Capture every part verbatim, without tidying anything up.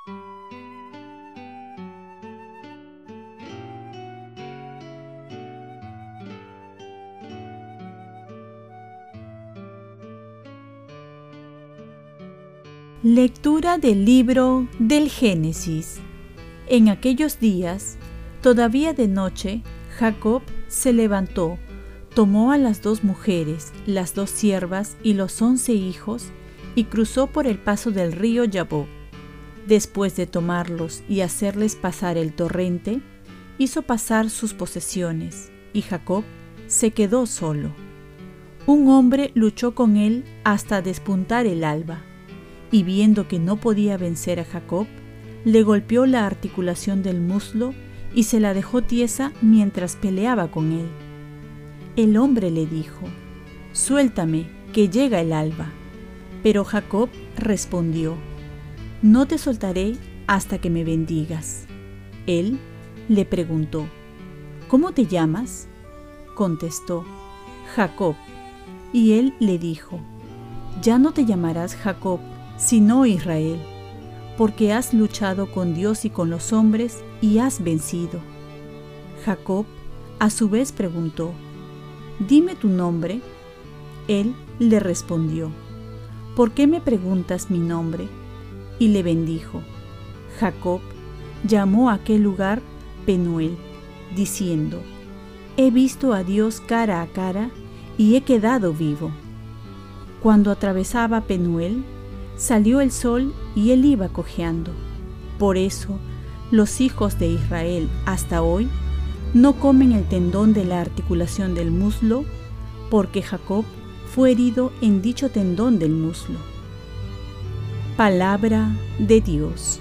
Lectura del libro del Génesis. En aquellos días, todavía de noche, Jacob se levantó, tomó a las dos mujeres, las dos siervas y los once hijos, y cruzó por el paso del río Yabok. Después de tomarlos y hacerles pasar el torrente, hizo pasar sus posesiones, y Jacob se quedó solo. Un hombre luchó con él hasta despuntar el alba, y viendo que no podía vencer a Jacob, le golpeó la articulación del muslo y se la dejó tiesa mientras peleaba con él. El hombre le dijo: «Suéltame, que llega el alba». Pero Jacob respondió: «No te soltaré hasta que me bendigas». Él le preguntó: «¿Cómo te llamas?». Contestó: «Jacob». Y él le dijo: «Ya no te llamarás Jacob, sino Israel, porque has luchado con Dios y con los hombres y has vencido». Jacob a su vez preguntó: «Dime tu nombre». Él le respondió: «¿Por qué me preguntas mi nombre?». Y le bendijo. Jacob llamó a aquel lugar Penuel, diciendo: «He visto a Dios cara a cara y he quedado vivo». Cuando atravesaba Penuel, salió el sol y él iba cojeando. Por eso, los hijos de Israel hasta hoy no comen el tendón de la articulación del muslo, porque Jacob fue herido en dicho tendón del muslo. Palabra de Dios.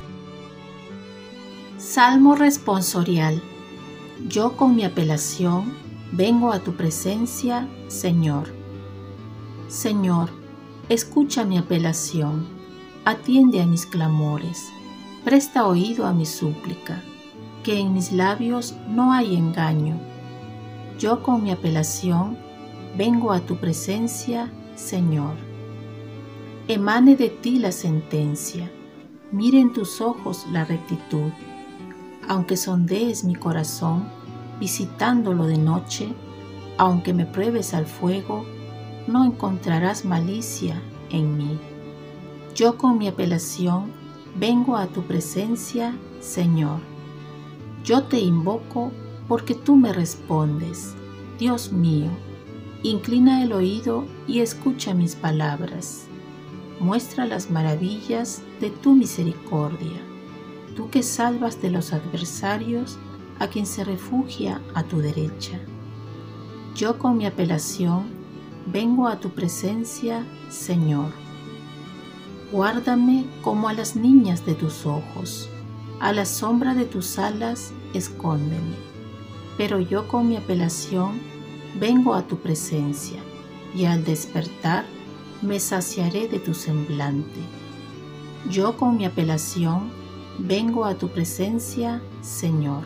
Salmo responsorial. Yo con mi apelación vengo a tu presencia, Señor. Señor, escucha mi apelación, atiende a mis clamores, presta oído a mi súplica, que en mis labios no hay engaño. Yo con mi apelación vengo a tu presencia, Señor. Emane de ti la sentencia, mire en tus ojos la rectitud. Aunque sondees mi corazón, visitándolo de noche, aunque me pruebes al fuego, no encontrarás malicia en mí. Yo con mi apelación vengo a tu presencia, Señor. Yo te invoco porque tú me respondes. Dios mío, inclina el oído y escucha mis palabras. Muestra las maravillas de tu misericordia, tú que salvas de los adversarios a quien se refugia a tu derecha. Yo con mi apelación vengo a tu presencia, Señor. Guárdame como a las niñas de tus ojos, a la sombra de tus alas escóndeme. Pero yo con mi apelación vengo a tu presencia, y al despertar me saciaré de tu semblante. Yo con mi apelación vengo a tu presencia, Señor.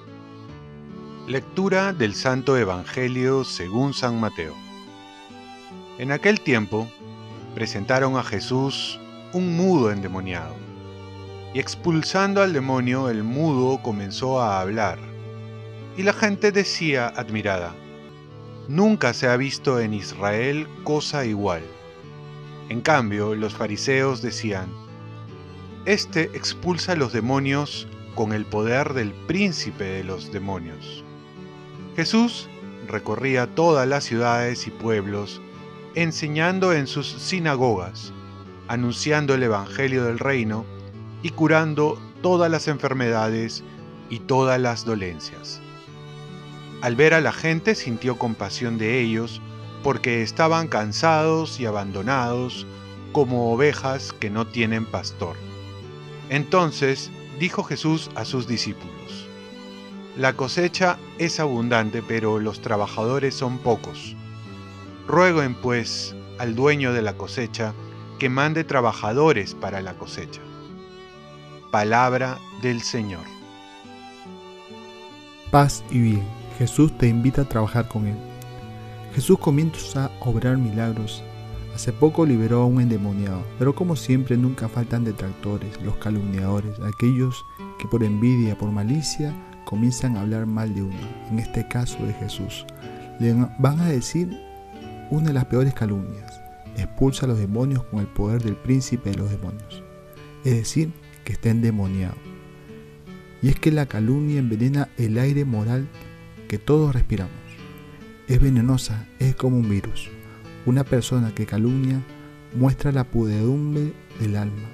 Lectura del Santo Evangelio según San Mateo. En aquel tiempo presentaron a Jesús un mudo endemoniado, y expulsando al demonio, el mudo comenzó a hablar, y la gente decía admirada: «Nunca se ha visto en Israel cosa igual». En cambio, los fariseos decían: «Este expulsa a los demonios con el poder del príncipe de los demonios». Jesús recorría todas las ciudades y pueblos, enseñando en sus sinagogas, anunciando el evangelio del reino y curando todas las enfermedades y todas las dolencias. Al ver a la gente sintió compasión de ellos, porque estaban cansados y abandonados como ovejas que no tienen pastor. Entonces dijo Jesús a sus discípulos: «La cosecha es abundante, pero los trabajadores son pocos. Rueguen, pues, al dueño de la cosecha que mande trabajadores para la cosecha». Palabra del Señor. Paz y bien. Jesús te invita a trabajar con Él. Jesús comienza a obrar milagros, Hace poco liberó a un endemoniado, pero como siempre nunca faltan detractores, los calumniadores, aquellos que por envidia, por malicia, comienzan a hablar mal de uno, en este caso de Jesús. Le van a decir una de las peores calumnias: expulsa a los demonios con el poder del príncipe de los demonios, es decir, que está endemoniado. Y es que la calumnia envenena el aire moral que todos respiramos. Es venenosa, es como un virus. Una persona que calumnia muestra la pudredumbre del alma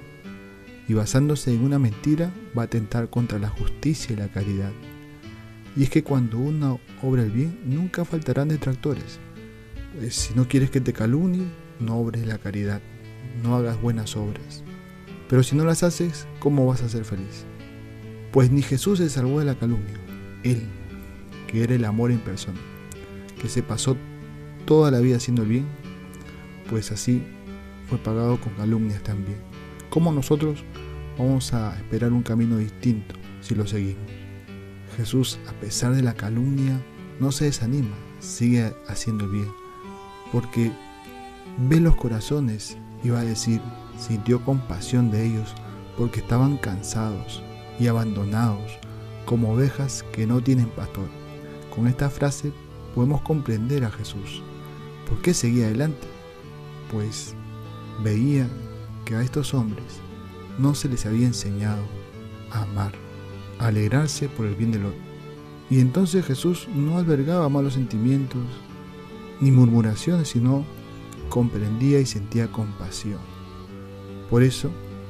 y basándose en una mentira va a atentar contra la justicia y la caridad. Y es que cuando uno obra el bien, nunca faltarán detractores. Pues si no quieres que te calumnie, no obres la caridad, no hagas buenas obras. Pero si no las haces, ¿cómo vas a ser feliz? Pues ni Jesús se salvó de la calumnia. Él, que era el amor en persona, que se pasó toda la vida haciendo el bien, pues así fue pagado con calumnias también. ¿Cómo nosotros vamos a esperar un camino distinto si lo seguimos? Jesús, a pesar de la calumnia, no se desanima, sigue haciendo el bien, porque ve los corazones y va a decir, sintió compasión de ellos porque estaban cansados y abandonados como ovejas que no tienen pastor. Con esta frase podemos comprender a Jesús. ¿Por qué seguía adelante? Pues veía que a estos hombres no se les había enseñado a amar, a alegrarse por el bien del otro. Y entonces Jesús no albergaba malos sentimientos ni murmuraciones, sino comprendía y sentía compasión. Por eso,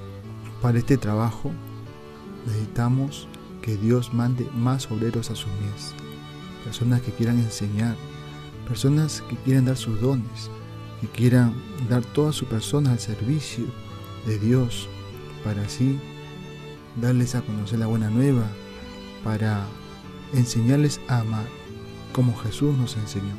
para este trabajo, necesitamos que Dios mande más obreros a sus mies, personas que quieran enseñar, personas que quieran dar sus dones, que quieran dar toda su persona al servicio de Dios, para así darles a conocer la buena nueva, para enseñarles a amar como Jesús nos enseñó.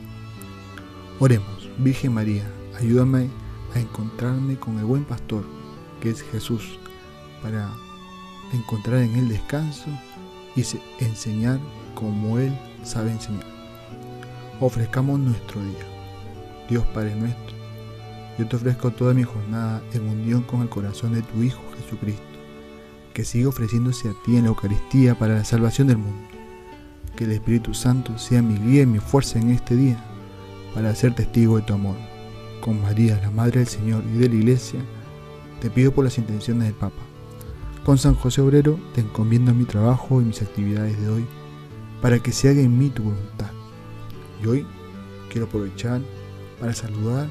Oremos. Virgen María, ayúdame a encontrarme con el buen pastor, que es Jesús, para encontrar en él descanso y enseñar como él sabe enseñar. Ofrezcamos nuestro día. Dios Padre nuestro, yo te ofrezco toda mi jornada en unión con el corazón de tu Hijo Jesucristo, que sigue ofreciéndose a ti en la Eucaristía para la salvación del mundo. Que el Espíritu Santo sea mi guía y mi fuerza en este día, para ser testigo de tu amor. Con María, la Madre del Señor y de la Iglesia, te pido por las intenciones del Papa. Con San José Obrero te encomiendo mi trabajo y mis actividades de hoy, para que se haga en mí tu voluntad. Y hoy quiero aprovechar para saludar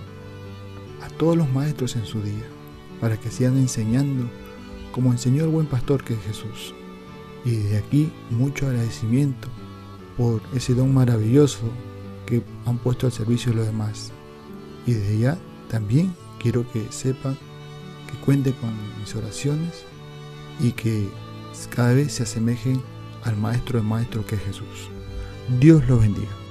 a todos los maestros en su día, para que sigan enseñando como enseñó el buen pastor que es Jesús. Y desde aquí mucho agradecimiento por ese don maravilloso que han puesto al servicio de los demás. Y desde ya también quiero que sepan que cuente con mis oraciones y que cada vez se asemejen al Maestro de Maestros que es Jesús. Dios los bendiga.